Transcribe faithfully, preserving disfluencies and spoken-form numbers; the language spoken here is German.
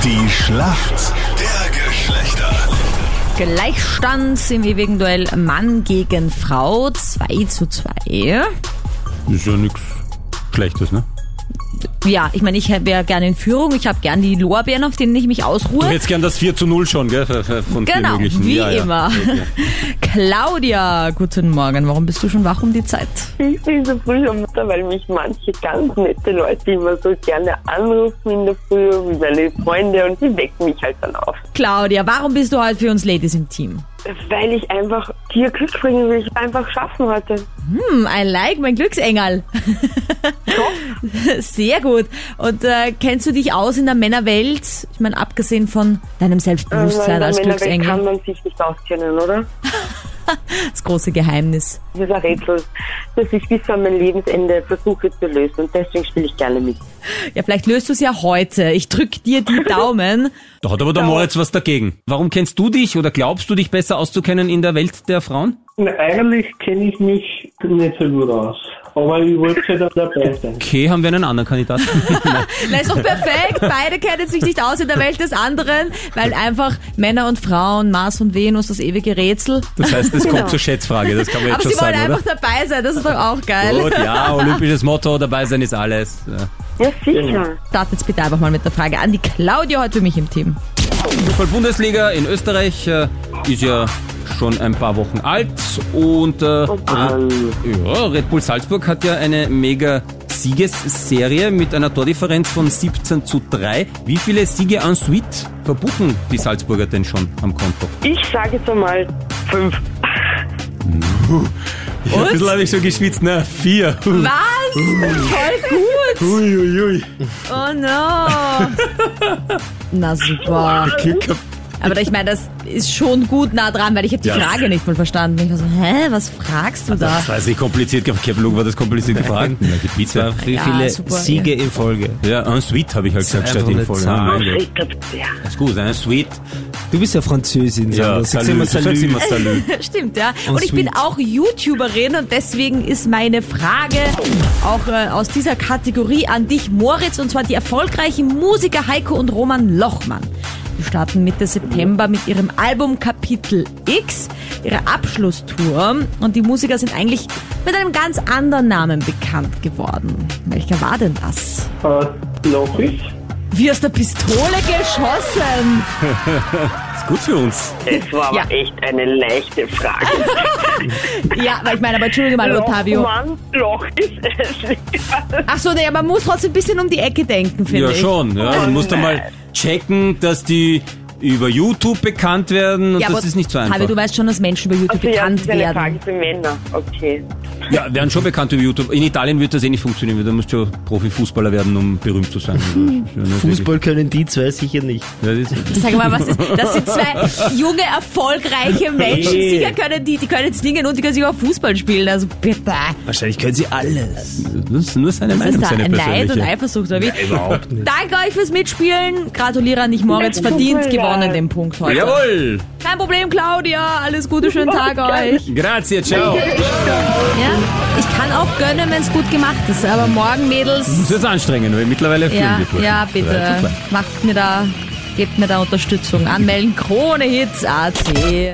Die Schlacht der Geschlechter. Gleichstand im ewigen Duell Mann gegen Frau, zwei zu zwei. Ist ja nichts Schlechtes, ne? Ja, ich meine, ich wäre gerne in Führung, ich habe gern die Lorbeeren, auf denen ich mich Du ausruhe. hättest gern das vier zu null schon, gell? Von vier Genau, möglichen. wie ja, ja. immer. Okay. Claudia, guten Morgen, warum bist du schon wach um die Zeit? Ich bin so früh am Mutter, weil mich manche ganz nette Leute immer so gerne anrufen in der Früh, wie meine Freunde, und die wecken mich halt dann auf. Claudia, warum bist du heute für uns Ladies im Team? Weil ich einfach dir Glück bringen will, ich einfach schaffen heute. Hm, I like, mein Glücksengel. Sehr gut. Und äh, kennst du dich aus in der Männerwelt? Ich meine, abgesehen von deinem Selbstbewusstsein in der als Männerwelt Glücksengel. kann man sich nicht auskennen, oder? Das große Geheimnis. Das ist ein Rätsel, das ich bis an mein Lebensende versuche zu lösen, und deswegen spiele ich gerne mit. Ja, vielleicht löst du es ja heute. Ich drück dir die Daumen. Da hat aber der Moritz was dagegen. Warum kennst du dich oder glaubst du dich besser auszukennen in der Welt der Frauen? Na, eigentlich kenne ich mich nicht so gut aus. Aber ich wollte ja da dabei sein. Okay, haben wir einen anderen Kandidaten? Na, ist doch perfekt. Beide kennen sich nicht aus in der Welt des anderen, weil einfach Männer und Frauen, Mars und Venus, das ewige Rätsel. Das heißt, es kommt Genau. zur Schätzfrage, das kann man jetzt Aber schon sie wollen sagen, einfach oder? dabei sein, das ist doch auch geil. Gut, ja, olympisches Motto, dabei sein ist alles. Ja. Ja, sicher. Start jetzt bitte einfach mal mit der Frage an die Claudia heute für mich im Team. Fußball-Bundesliga in Österreich äh, ist ja schon ein paar Wochen alt und äh, Ähm, ja, Red Bull Salzburg hat ja eine mega Siegesserie mit einer Tordifferenz von siebzehn zu drei. Wie viele Siege en suite verbuchen die Salzburger denn schon am Konto? ich sage jetzt einmal fünf. Ja, ein bisschen habe ich schon geschwitzt, ne? Vier. Was? Voll gut. Ui, ui, ui. Oh no. Na super. Aber ich meine, das ist schon gut nah dran, weil ich habe die Ja. Frage nicht mal verstanden. Ich war so, hä, was fragst du da? Das war jetzt nicht kompliziert, Kevin, war das kompliziert gefragt? Na, die Pizza. Wie Ja, viele super, Siege in Folge? Ja, en suite habe ich halt gesagt, ist statt einfach in eine Folge. Zahl. Ja, mein Gott. Ich glaub, ja. Das ist gut, en suite. Du bist ja Französin, Ja, Sandra. Sagst immer du sagst Salü. immer Salü. Stimmt, ja. Und ich bin Ensuite. auch YouTuberin und deswegen ist meine Frage auch äh, aus dieser Kategorie an dich, Moritz, und zwar die erfolgreichen Musiker Heiko und Roman Lochmann. Die starten Mitte September mit ihrem Album Kapitel X, ihrer Abschlusstour. Und die Musiker sind eigentlich mit einem ganz anderen Namen bekannt geworden. Welcher war denn das? Äh, Lochis? Wie aus der Pistole geschossen. Ist gut für uns. Es war aber Ja. echt eine leichte Frage. Ja, aber ich meine, aber entschuldige mal, Ottavio. Mann, Loch ist es. Ach so, nee, man muss trotzdem ein bisschen um die Ecke denken, finde Ja, ich. schon. Ja. Man muss da mal checken, dass die über YouTube bekannt werden und Ja, das aber, ist nicht so einfach. Tavi, du weißt schon, dass Menschen über YouTube Also ja, das bekannt ist eine werden. Frage für Männer. Okay. Ja, werden schon bekannt über YouTube. In Italien wird das eh nicht funktionieren, weil da musst du Profifußballer werden, um berühmt zu sein. Also, das ist ja nicht Fußball können die zwei sicher nicht. wirklich- Ja, das ist, Sag mal, was ist, das sind zwei junge, erfolgreiche Menschen. Hey. Sicher können die, die können singen und die können sich auch Fußball spielen. Also bitte. Wahrscheinlich können sie alles. das ist nur seine Das Meinung, ist da seine ein Neid und persönliche. Eifersucht, oder wie? Überhaupt nicht. Danke euch fürs Mitspielen. Gratuliere an dich, Moritz. Ja, Verdient super, gewonnen ja. den Punkt heute. Jawohl! Kein Problem, Claudia. Alles Gute, schönen Tag euch. Grazie, ciao! Ja? Ich kann auch gönnen, wenn es gut gemacht ist. Aber morgen, Mädels. Das ist jetzt anstrengend, weil mittlerweile fühlen Ja, wir durch. ja, drei zu bitte. zwei. Macht mir da, gebt mir da Unterstützung. Anmelden, Krone Hits A C.